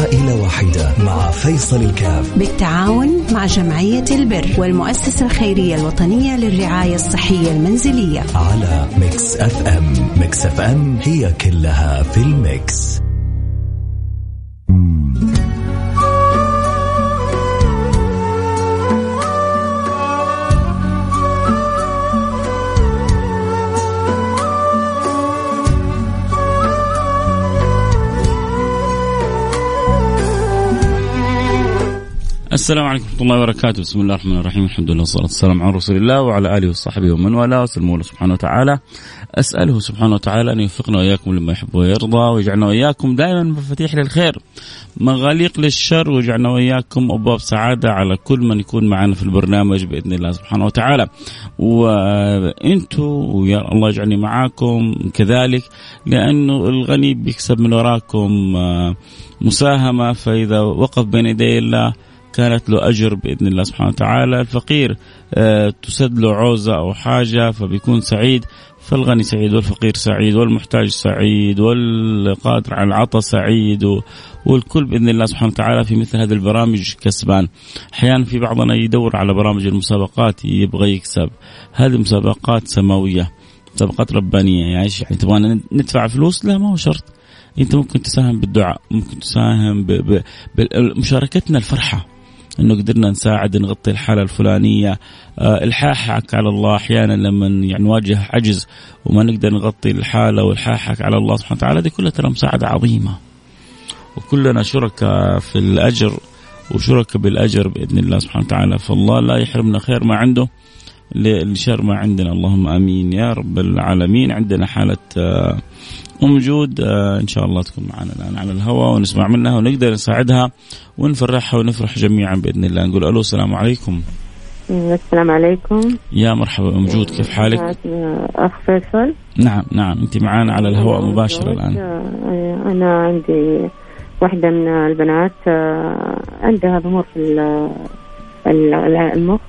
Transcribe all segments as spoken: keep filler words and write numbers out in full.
عائلة واحدة مع فيصل الكاف بالتعاون مع جمعية البر والمؤسسة الخيرية الوطنية للرعاية الصحية المنزلية على ميكس اف ام. ميكس اف ام هي كلها في الميكس. السلام عليكم ورحمة الله وبركاته. بسم الله الرحمن الرحيم. الحمد لله والصلاة والسلام على رسول الله وعلى آله وصحبه ومن والاه. أسأل الله سبحانه وتعالى أسأله سبحانه وتعالى أن يوفقنا وإياكم لما يحب ويرضى، ويجعلنا وإياكم دائما مفاتيح للخير مغاليق للشر، ويجعلنا وإياكم أبواب سعادة على كل من يكون معنا في البرنامج بإذن الله سبحانه وتعالى. وأنتوا ويا الله يجعلني معاكم كذلك، لأنه الغني بيكسب من وراكم مساهمة، فإذا وقف بين يدي الله كانت له أجر بإذن الله سبحانه وتعالى. الفقير آه تسد له عوزة أو حاجة فبيكون سعيد، فالغني سعيد والفقير سعيد والمحتاج سعيد والقادر على العطاء سعيد، والكل بإذن الله سبحانه وتعالى في مثل هذه البرامج كسبان. أحيانا في بعضنا يدور على برامج المسابقات يبغى يكسب، هذه مسابقات سماوية، مسابقات ربانية. يعني يعني تبغى ندفع فلوس؟ لا، ما هو شرط. أنت ممكن تساهم بالدعاء، ممكن تساهم بمشاركتنا الفرحة إنه قدرنا نساعد نغطي الحالة الفلانية. أه الحاحك على الله أحيانا لما يعني نواجه عجز وما نقدر نغطي الحالة، والحاحك على الله سبحانه وتعالى، دي كلها ترى مساعدة عظيمة، وكلنا شركة في الأجر وشركة بالأجر بإذن الله سبحانه وتعالى. فالله لا يحرمنا خير ما عنده لشر ما عندنا، اللهم آمين يا رب العالمين. عندنا حالة أه أم جود آه إن شاء الله تكون معنا الآن على الهواء ونسمع منها ونقدر نساعدها ونفرحها ونفرح جميعا بإذن الله. نقول ألو، السلام عليكم. السلام عليكم. يا مرحبا أم جود، كيف حالك؟ أخ فيصل. نعم نعم، أنت معنا على الهواء مباشرة الآن. أنا عندي واحدة من البنات عندها ضمور في المخ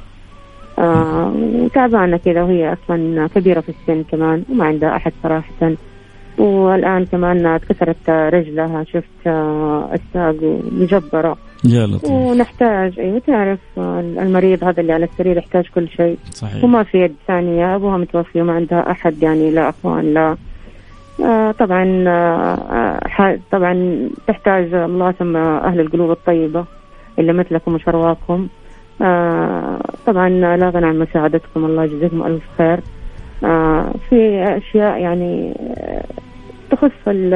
وتعبانة كذا، وهي أصلا كبيرة في السن كمان وما عندها أحد صراحة، والآن كمان اتكسرت رجلها، شفت الساق ومجبرة. يا لطيف. ونحتاج أيوة تعرف المريض هذا اللي على السرير يحتاج كل شيء. صحيح. وما في يد ثانية، أبوها متوفي وما عندها أحد، يعني لا أخوان لا آه طبعا آه طبعا تحتاج الله ثم أهل القلوب الطيبة اللي مثلكم وشرواكم. آه طبعا لا غنى عن مساعدتكم، الله يجزيكم ألف خير. آه في أشياء يعني تخص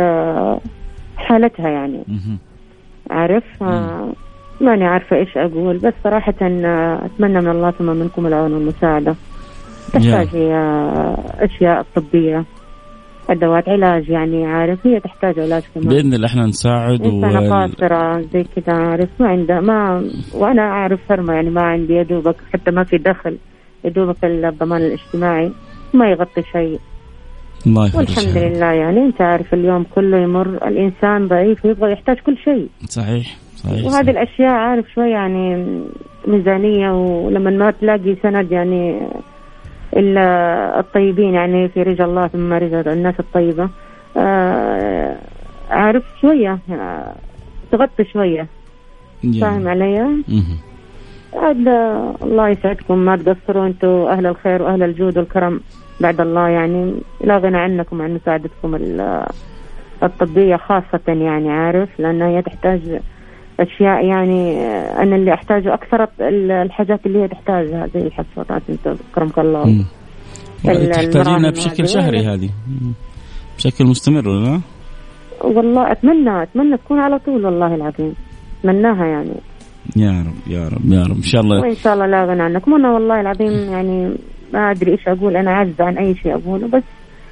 حالتها يعني عارف آه ماني عارفة إيش أقول، بس صراحة أتمنى من الله ثم منكم العون والمساعدة. تحتاج هي أشياء طبية، أدوات علاج، يعني عارف هي تحتاج علاج كمان بإذن الله إحنا نساعد. إنسانة وال... قاصرة زي كذا عارف، ما عندها ما وأنا أعرف فرمة، يعني ما عندي يدوبك حتى ما في دخل، يدوبك الضمان الاجتماعي ما يغطي شيء. الله والحمد لله، يعني أنت عارف اليوم كله يمر، الإنسان ضعيف ويبغى يحتاج كل شيء. صحيح صحيح. وهذه الأشياء عارف شوي يعني ميزانية، ولما ما تلاقي سند يعني إلا الطيبين، يعني في رجال الله ثم رجال الناس الطيبة آه عارف شوية آه تغطي شوية. فاهم علي؟ عاد الله يسعدكم، ما تقصروا أنتوا أهل الخير وأهل الجود والكرم بعد الله، يعني لا غنى عنكم عن مساعدتكم الطبية خاصة، يعني عارف لأنها هي تحتاج أشياء، يعني أنا اللي أحتاجه أكثر الحاجات اللي هي تحتاجها زي الحصوات، أنت كرمك الله تحتاجينها بشكل شهري، هذه بشكل مستمر ولا؟ والله أتمنى أتمنى تكون على طول، والله العظيم أتمناها يعني. يا رب يا رب يا رب إن شاء الله. وإن شاء الله لا غنى عنكم. أنا والله العظيم يعني ما أدري إيش أقول، أنا عاجزة عن أي شيء أقوله، بس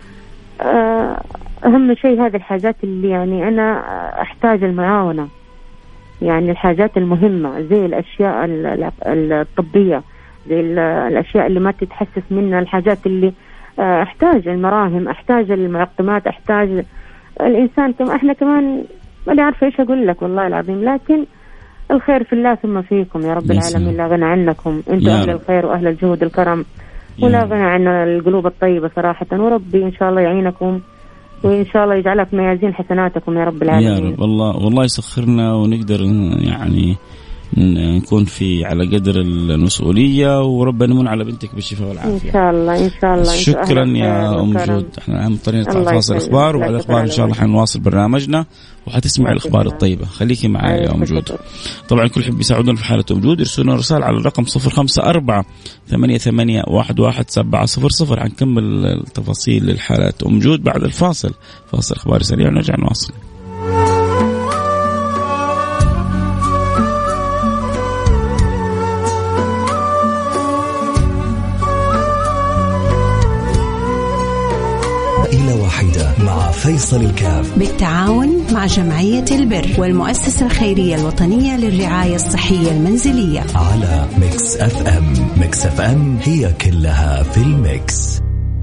أهم شيء هذه الحاجات اللي يعني أنا أحتاج المعاونة، يعني الحاجات المهمة زي الأشياء الطبية، زي الأشياء اللي ما تتحسس منها، الحاجات اللي أحتاج المراهم، أحتاج المعقمات، أحتاج الإنسان كم إحنا كمان ما عارفة إيش أقول لك والله العظيم، لكن الخير في الله ثم فيكم يا رب العالمين، لا غنى عنكم أنتم أهل الخير وأهل الجهود الكرم، ولا غنى عن القلوب الطيبة صراحة، وربي إن شاء الله يعينكم وإن شاء الله يجعلها في ميازين حسناتكم يا رب العالمين. يا رب. والله والله يسخرنا ونقدر يعني نكون في على قدر المسؤولية، وربنا يمن على بنتك بالشفاء والعافية إن شاء الله. إن شاء الله. شكرا يا أم جود. احنا مضطرين نطلع فاصل إخبار، وبعد الإخبار إن شاء الله حنواصل برنامجنا وحتسمع الأخبار الطيبة. خليكي معي يا أم جود. طبعا كل حب يساعدون في حالة أم جود يرسلون رسالة على الرقم صفر خمسة أربعة ثمانية ثمانية واحد واحد سبعة صفر صفر. حنكمل التفاصيل للحالة أم جود بعد الفاصل. فاصل إخباري سريع ونرجع نواصل. إلى واحدة مع فيصل الكاف بالتعاون مع جمعية البر والمؤسسة الخيرية الوطنية للرعاية الصحية المنزلية على ميكس أف أم. ميكس أف أم هي كلها في الميكس.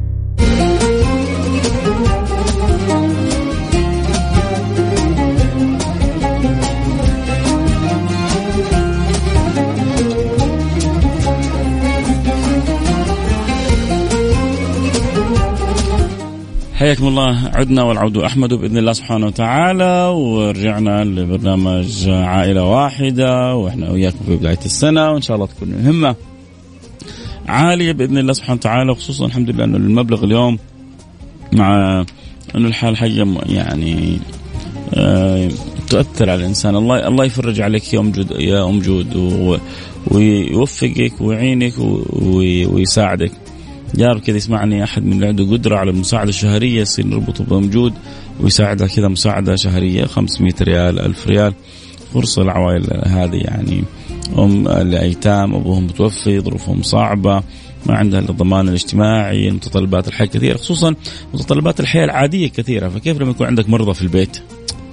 حياكم الله. عدنا والعود أحمد بإذن الله سبحانه وتعالى، ورجعنا لبرنامج عائلة واحدة، وإحنا وياكم في بداية السنة، وإن شاء الله تكون همة عالية بإذن الله سبحانه وتعالى. وخصوصا الحمد لله أنه المبلغ اليوم مع أنه الحال حاجة يعني آه تؤثر على الإنسان. الله الله يفرج عليك يا أم جود يا أم جود، ويوفقك ويعينك ويساعدك يا رب. كذا يسمعني أحد من اللي عنده قدرة على المساعدة الشهرية يصير نربطه بموجود ويساعدها كذا مساعدة شهرية خمسمائة ريال ألف ريال. فرصة العوائل هذه يعني أم الأيتام أبوهم متوفي ظروفهم صعبة ما عندها الضمان الاجتماعي، متطلبات الحياة كثيرة، خصوصا متطلبات الحياة العادية كثيرة. فكيف لما يكون عندك مرضى في البيت؟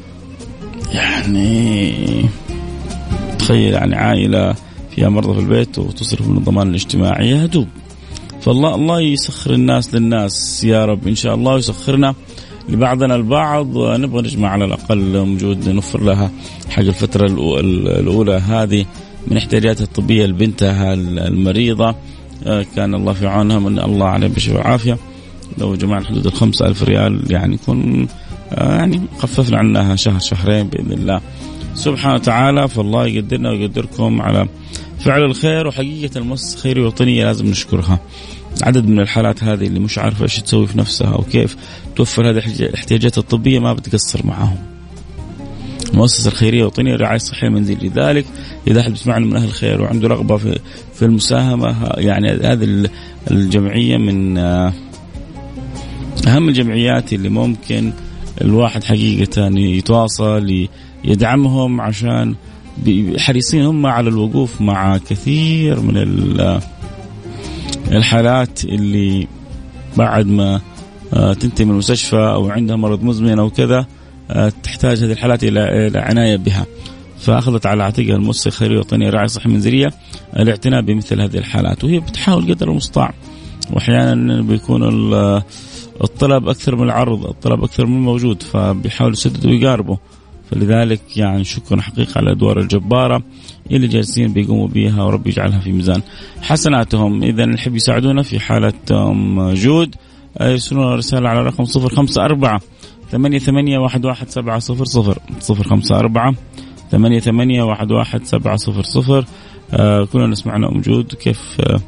يعني تخيل يعني عائلة فيها مرضى في البيت وتصرف من الضمان الاجتماعي يهدوب. فالله الله يسخر الناس للناس يا رب إن شاء الله، ويسخرنا لبعضنا البعض، ونبغى نجمع على الأقل موجود نوفر لها حق الفترة الأولى هذه من احتياجاتها الطبية لبنتها المريضة. كان الله في عونها من الله عليه بشفاء وعافية. لو جمعنا حدود الخمسة ألف ريال يعني يكون يعني خففنا عنها شهر شهرين بإذن الله سبحانه وتعالى. فالله يقدرنا ويقدركم على فعل الخير. وحقيقة المؤسسة الخيرية الوطنية لازم نشكرها. عدد من الحالات هذه اللي مش عارفة إيش تسوي في نفسها أو كيف توفر هذه الاحتياجات الطبية ما بتقصر معهم. المؤسسة الخيرية الوطنية للرعاية الصحية المنزلية. لذلك إذا أحد بيسمعنا من أهل الخير وعنده رغبة في في المساهمة، يعني هذه الجمعية من أهم الجمعيات اللي ممكن الواحد حقيقة يتواصل يدعمهم، عشان حريصين هم على الوقوف مع كثير من الحالات اللي بعد ما تنتهي من المستشفى أو عندها مرض مزمن أو كذا تحتاج هذه الحالات إلى عناية بها. فأخذت على عاتقها المؤسسة الخيرية الوطنية للرعاية الصحية المنزلية الاعتناء بمثل هذه الحالات، وهي بتحاول قدر المستطاع. وأحيانا بيكون الطلب أكثر من العرض، الطلب أكثر من الموجود، فبيحاولوا يسددوا ويقاربوا. فلذلك يعني شكرا حقيقة على الأدوار الجبارة اللي جالسين بيقوموا بيها، ورب يجعلها في ميزان حسناتهم. إذا نحب يساعدونا في حالة موجود يرسلون رسالة على رقم صفر خمسة أربعة ثمانية ثمانية واحد واحد سبعة صفر صفر صفر خمسة أربعة ثمانية ثمانية واحد واحد سبعة صفر صفر. آه كلنا نسمعنا موجود كيف آه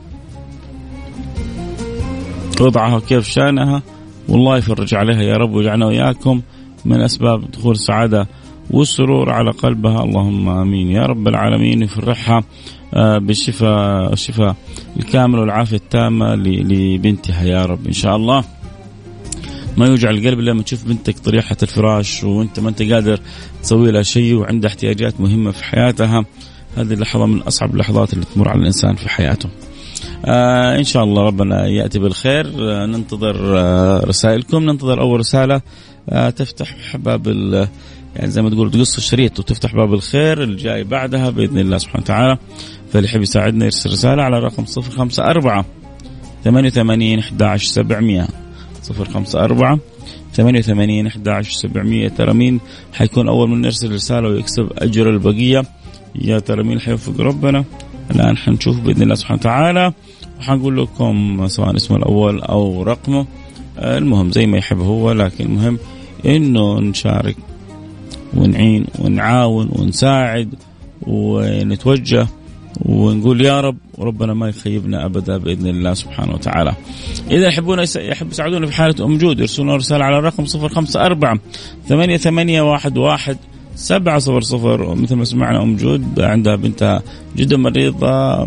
وضعها كيف شانها، والله يفرج عليها يا رب، ويجعلنا وياكم من أسباب دخول السعادة والسرور على قلبها. اللهم آمين يا رب العالمين. يفرحها بالشفاء الشفاء الكامل والعافية التامة لبنتها يا رب إن شاء الله. ما يوجع القلب لما تشوف بنتك طريحة الفراش وانت ما انت قادر تسوي لها شيء وعندها احتياجات مهمة في حياتها. هذه اللحظة من أصعب اللحظات اللي تمر على الإنسان في حياته. آه إن شاء الله ربنا يأتي بالخير. آه ننتظر آه رسائلكم. ننتظر أول رسالة آه تفتح باب يعني زي ما تقول تقص الشريط وتفتح باب الخير الجاي بعدها بإذن الله سبحانه وتعالى. فاللي يحب يساعدنا يرسل رسالة على رقم صفر خمسة أربعة ثمانية ثمانية واحد واحد سبعمية صفر خمسة أربعة ثمانية ثمانية واحد واحد سبعمية. ترى مين حيكون أول من يرسل رسالة ويكسب أجر البقية؟ يا ترى مين حيوفق ربنا؟ الآن حنشوف بإذن الله سبحانه وتعالى، وحنقول لكم سواء اسمه الأول أو رقمه المهم زي ما يحب هو، لكن المهم إنه نشارك ونعين ونعاون ونساعد ونتوجه ونقول يا رب، وربنا ما يخيبنا أبدا بإذن الله سبحانه وتعالى. إذا يحبون يحب يساعدونا في حالة أم جود يرسلون رسالة على الرقم صفر خمسة أربعة ثمانية ثمانية واحد واحد سبعة صفر صفر. مثل ما سمعنا أم جود عندها بنتها جدا مريضة،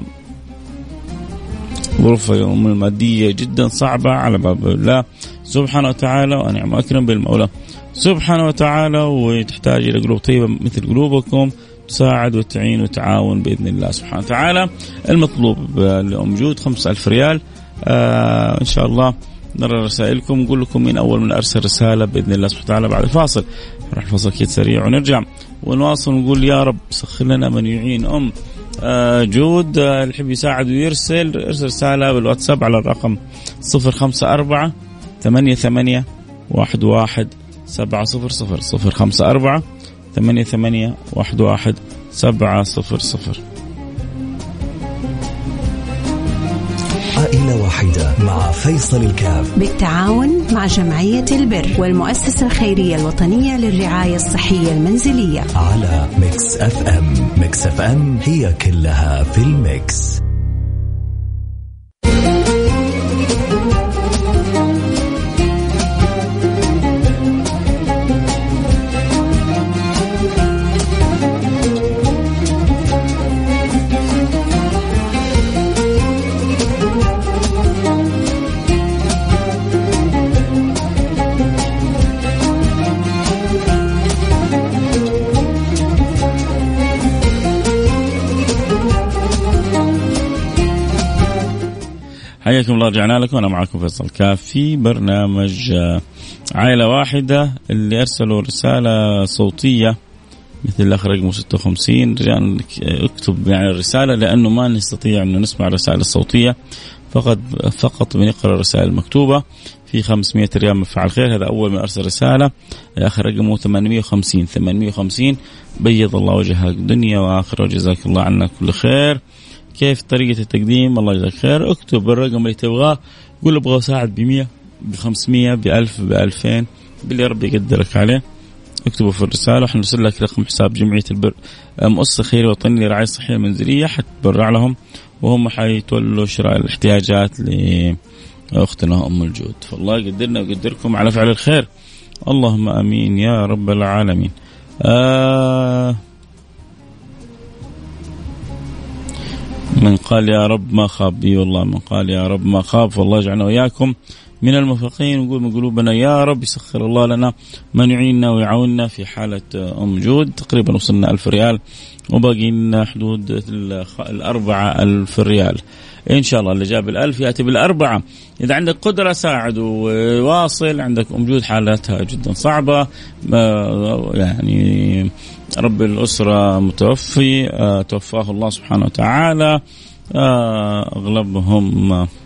ظروفها المادية جدا صعبة على باب الله سبحانه وتعالى، ونعم أكرم بالمولى سبحانه وتعالى، وتحتاج إلى قلوب طيبة مثل قلوبكم تساعد وتعين وتعاون بإذن الله سبحانه وتعالى. المطلوب لأم جود خمسة ألف ريال. آه إن شاء الله نرى رسائلكم، نقول لكم من أول من أرسل رسالة بإذن الله سبحانه وتعالى بعد الفاصل. نروح الفاصل كيد سريع ونرجع ونواصل ونقول يا رب سخر لنا من يعين أم آه جود. آه اللي يحب يساعد ويرسل ارسل رسالة بالواتساب على الرقم صفر خمسة أربعة ثمانية ثمانية واحد واحد سبعة صفر صفر صفر خمسة أربعة ثمانية ثمانية واحد واحد سبعة صفر صفر. عائلة واحدة مع فيصل الكاف بالتعاون مع جمعية البر والمؤسسة الخيرية الوطنية للرعاية الصحية المنزلية على ميكس أف أم. ميكس أف أم هي كلها في الميكس. حياكم الله، رجعنا لكم. أنا معكم فيصل كاف في برنامج عائلة واحدة. اللي أرسلوا رسالة صوتية مثل الأخ رقم ستة وخمسين رجعنا اكتب يعني الرسالة، لأنه ما نستطيع أن نسمع الرسائل الصوتية، فقط فقط بنقرأ الرسائل المكتوبة. في خمسمائة ريال مفعل خير. هذا أول ما أرسل رسالة. الأخ رقمه ثمانمائة وخمسين ثمانمائة وخمسين. بيض الله وجهك دنيا وآخرة وجزاك الله عنا كل خير. كيف طريقة التقديم؟ الله يجزاك خير. اكتب الرقم اللي تبغاه، قول ابغى اساعد بمية بخمسمية بألف بألفين باللي ربي يقدرك عليه. اكتبه في الرسالة وحنرسل لك رقم حساب جمعية البر مؤسسة خيرية وطنية للرعاية الصحية المنزلية، حتبرع لهم وهم حيتولوا شراء الاحتياجات لأختنا أم الجود. فالله يقدرنا ويقدركم على فعل الخير، اللهم آمين يا رب العالمين. آه من قال يا رب ما خاب بي والله، من قال يا رب ما خاب. فالله يجعلنا وإياكم من الموفقين. ونقول من قلوبنا يا رب يسخر الله لنا من يعيننا ويعاوننا في حالة أم جود. تقريبا وصلنا ألف ريال وباقي لنا حدود الأربعة ألف ريال إن شاء الله. اللي جاب الألف يأتي بالأربعة. إذا عندك قدرة ساعد وواصل. عندك أم جود حالتها جدا صعبة، يعني رب الأسرة متوفي، آه توفاه الله سبحانه وتعالى. آه أغلبهم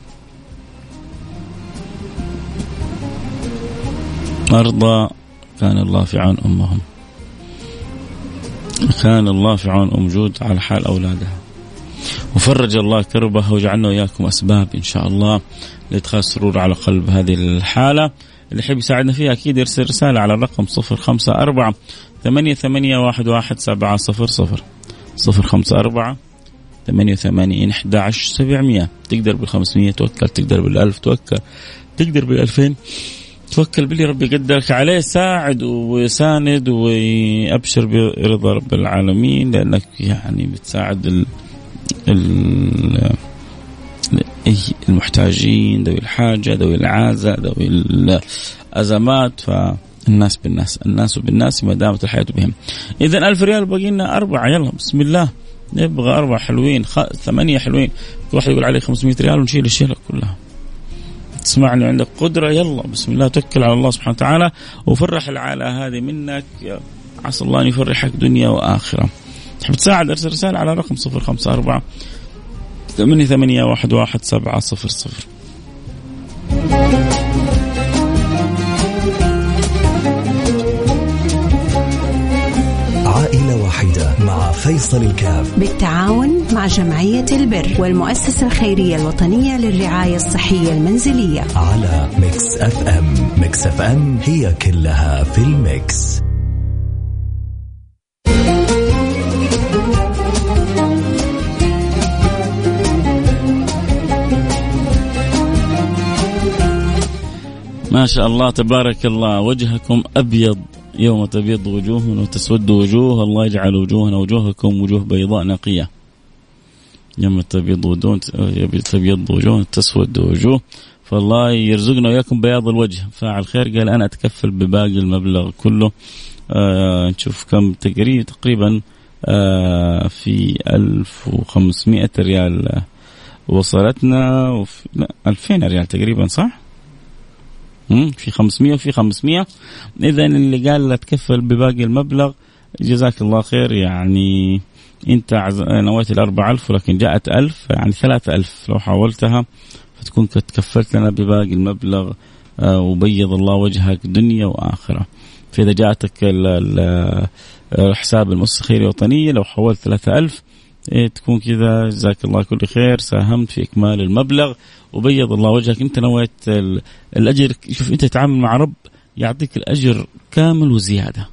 مرضى، كان الله في عون أمهم، كان الله في عون أم جود على حال أولادها، وفرج الله كربها وجعلنا وإياكم أسباب إن شاء الله لإدخال السرور على قلب هذه الحالة. اللي يحب يساعدنا فيها أكيد يرسل رسالة على الرقم صفر خمسة أربعة ثمانية ثمانية واحد واحد سبعة صفر صفر صفر خمسة أربعة ثمانية ثمانية أحد عشر سبعمية. تقدر بالخمسمية توكل، تقدر بالألف توكل، تقدر بالألفين توكل باللي ربي يقدرك عليه. ساعد وساند وأبشر برضا رب العالمين، لأنك يعني بتساعد ال ال المحتاجين، ذوي الحاجة، ذوي العازة، ذوي الأزمات. فالناس بالناس، الناس بالناس ما دامت الحياة بهم. إذن ألف ريال باقي لنا أربعة. يلا بسم الله، نبغى أربعة حلوين، خ... ثمانية حلوين. كل واحد يقول عليه خمسمائة ريال ونشيل الشيلة كلها. تسمعني عندك قدرة، يلا بسم الله توكل على الله سبحانه وتعالى وفرح العائلة هذه منك. عسى الله أن يفرحك دنيا وآخرة. تحب تساعد أرسل رسالة على رقم صفر خمسة أربعة ثمانية ثمانية واحد واحد سبعة صفر صفر. عائلة كل واحدة مع فيصل الكاف بالتعاون مع جمعية البر والمؤسسة الخيرية الوطنية للرعاية الصحية المنزلية على ميكس اف ام. ميكس اف ام هي كلها في الميكس. ما شاء الله تبارك الله، وجهكم أبيض يوم تبيض وجوه وتسود وجوه، الله يجعل وجوهنا وجوهكم وجوه بيضاء نقية. يوم تبيض وجوه تبيض وجوه تسود وجوه، فالله يرزقنا وياكم بياض الوجه. فاعل خير قال أنا أتكفل بباقي المبلغ كله. آه نشوف كم تقريبا تقريبا آه في ألف وخمسمائة ريال وصلتنا، وفي لا ألفين ريال تقريبا، صح؟ في خمسمائة وفي خمسمائة. إذن اللي قال لا تكفل بباقي المبلغ جزاك الله خير. يعني أنت نويت الأربع ألف ولكن جاءت ألف، يعني ثلاثة ألف لو حاولتها فتكون تكفلت لنا بباقي المبلغ. آه وبيض الله وجهك دنيا وآخرة. فإذا جاءتك حساب المؤسسة الخيرية الوطنية لو حولت ثلاثة ألف إيه تكون كذا جزاك الله كل خير، ساهمت في إكمال المبلغ وبيض الله وجهك. أنت نويت الأجر. شوف أنت تتعامل مع رب يعطيك الأجر كامل وزيادة،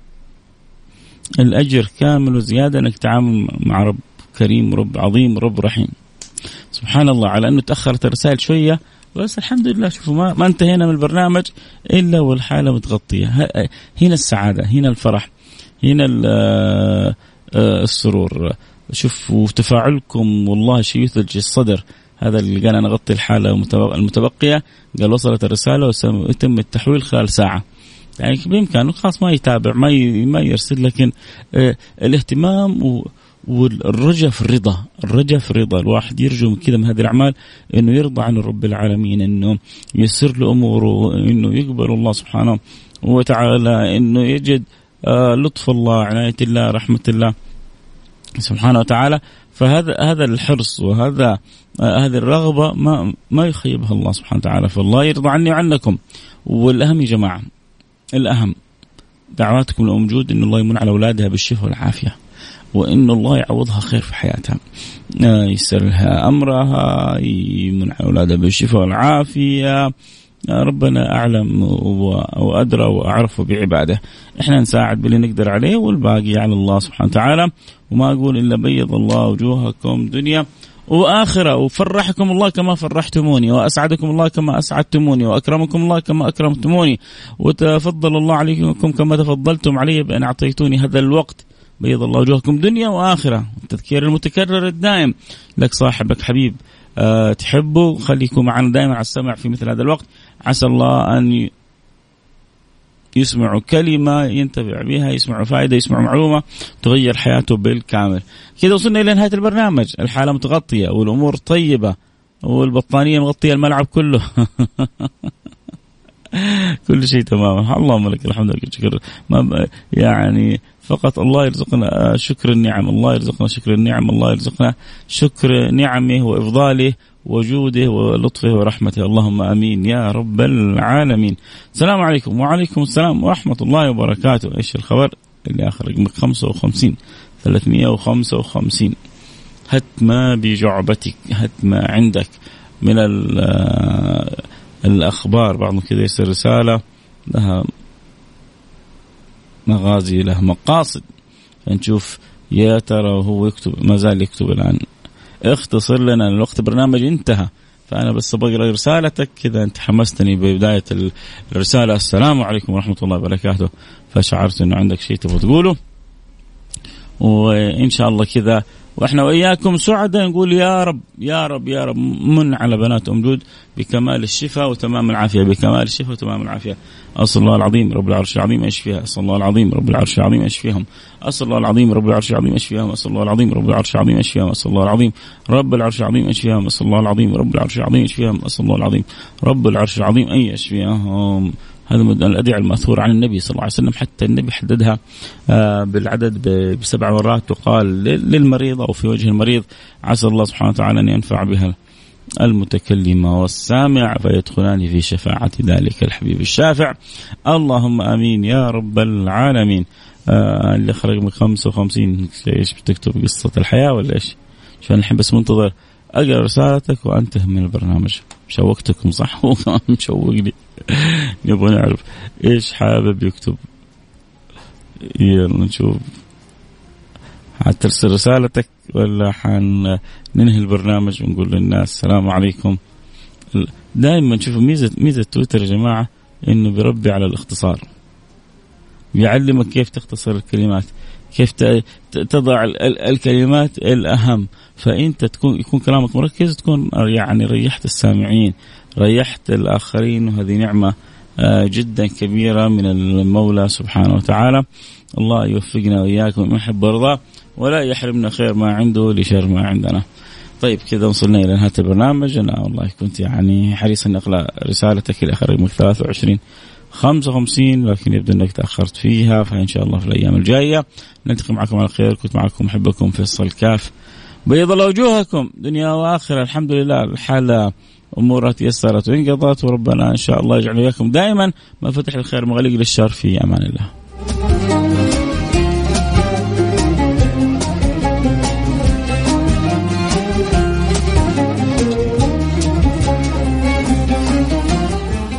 الأجر كامل وزيادة أنك تتعامل مع رب كريم، رب عظيم، رب رحيم. سبحان الله على أنه تأخرت الرسائل شوية، بس الحمد لله. شوفوا ما, ما انتهينا من البرنامج إلا والحالة متغطية. هنا السعادة، هنا الفرح، هنا السرور. شوفوا تفاعلكم والله شيء يثلج الصدر. هذا اللي قال أنا أغطي الحالة المتبقية، قال وصلت الرسالة ويتم التحويل خلال ساعة. يعني بإمكانه خلاص ما يتابع ما ما يرسل، لكن آه الاهتمام و والرجاء في الرضا، الرجاء في الرضا. الواحد يرجو من كذا من هذه الأعمال إنه يرضى عن رب العالمين، إنه يسر له أموره، إنه يقبل الله سبحانه وتعالى، إنه يجد آه لطف الله، عناية الله، رحمة الله سبحانه وتعالى. فهذا هذا الحرص وهذا آه هذه الرغبة ما ما يخيبها الله سبحانه وتعالى. فالله يرضى عني وعنكم. والأهم يا جماعة، الأهم دعواتكم لأم جود إن الله يمن على أولادها بالشفاء والعافية، وإن الله يعوضها خير في حياتها، آه يسر لها أمرها، يمن على أولادها بالشفاء والعافية. ربنا أعلم وأدرى وأعرف بعباده. إحنا نساعد باللي نقدر عليه والباقي على الله سبحانه وتعالى. وما أقول إلا بيض الله وجوهكم دنيا وآخرة، وفرحكم الله كما فرحتموني، وأسعدكم الله كما أسعدتموني، وأكرمكم الله كما أكرمتموني، وتفضل الله عليكم كما تفضلتم علي بأن أعطيتوني هذا الوقت. بيض الله وجوهكم دنيا وآخرة. التذكير المتكرر الدائم لك صاحبك حبيب أه تحبه، خليكم معنا دائما على السمع في مثل هذا الوقت. عسى الله أن يسمع كلمة ينتفع بها، يسمع فائدة، يسمع معلومة تغير حياته بالكامل. كذا وصلنا إلى نهاية البرنامج. الحالة متغطية والأمور طيبة والبطانية مغطية الملعب كله كل شيء تمام. اللهم لك الحمد لله شكر. ما يعني فقط الله يرزقنا شكر النعم، الله يرزقنا شكر النعم، الله يرزقنا شكر نعمه وإفضاله وجوده ولطفه ورحمته. اللهم آمين يا رب العالمين. السلام عليكم. وعليكم السلام ورحمة الله وبركاته. إيش الخبر اللي آخر رقمك خمسة وخمسين ثلاثمائة وخمسة وخمسين؟ هات ما بجعبتك، هات ما عندك من الأخبار. بعضهم كذا يرسل رسالة لها مغازي، لها مقاصد، فنشوف يا ترى هو يكتب ما زال يكتب الآن. اختصر لنا، الوقت برنامج انتهى. فأنا بس بقرأ رسالتك كذا، أنت حمستني ببداية الرسالة السلام عليكم ورحمة الله وبركاته، فشعرت أنه عندك شيء تبغى تقوله. وإن شاء الله كذا وإحنا وإياكم سعداء نقول يا رب يا رب يا رب من على بنات أم جود بكمال الشفاء وتمام العافية، بكمال الشفاء وتمام العافية. أسأل الله العظيم رب العرش العظيم يشفيها، أسأل الله العظيم رب العرش العظيم يشفيهم، أسأل الله العظيم رب العرش العظيم يشفيهم، أسأل الله العظيم رب العرش العظيم يشفيهم، أسأل الله العظيم رب العرش العظيم يشفيهم، أسأل الله العظيم رب العرش العظيم يشفيهم، أسأل الله العظيم رب العرش العظيم أن يشفيهم. هذا من الأدعية المأثورة عن النبي صلى الله عليه وسلم، حتى النبي حددها بالعدد بسبع مرات، وقال للمريض أو في وجه المريض عسى الله سبحانه وتعالى أن ينفع بها المتكلم والسامع فيدخلان في شفاعة ذلك الحبيب الشافع. اللهم آمين يا رب العالمين. آه اللي خرج من خمسة وخمسين ايش بتكتب قصة الحياة ولا ايش؟ عشان الحين بس منتظر أقرأ رسالتك وأنتهي من البرنامج. شوقتكم صح؟ مشوقني. نبغى نعرف إيش حابب يكتب. يلا نشوف، حترسل رسالتك ولا حن ننهي البرنامج ونقول للناس السلام عليكم. دائما نشوف ميزة ميزة تويتر يا جماعة إنه بيربي على الاختصار، بيعلمك كيف تختصر الكلمات، كيف تضع الكلمات الأهم، فأنت تكون يكون كلامك مركز، تكون يعني ريحت السامعين ريحت الآخرين، وهذه نعمة جدا كبيرة من المولى سبحانه وتعالى. الله يوفقنا وإياكم من يحب ورضاه ولا يحرمنا خير ما عنده لشر ما عندنا. طيب كذا وصلنا إلى نهاية البرنامج. أنا والله كنت يعني حريص أن أقرأ رسالتك إلى آخر يوم ثلاثة وعشرين خمسة وخمسين، لكن يبدو أنك تأخرت فيها، فإن شاء الله في الأيام الجاية نلتقي معكم على خير. كنت معكم محبكم فيصل كاف، بيض الله وجوهكم دنيا وآخرة. الحمد لله الحالة أمورها تيسرت وانقضت، وربنا إن شاء الله يجعل إياكم دائما مفاتيح الخير مغلق للشر. في أمان الله.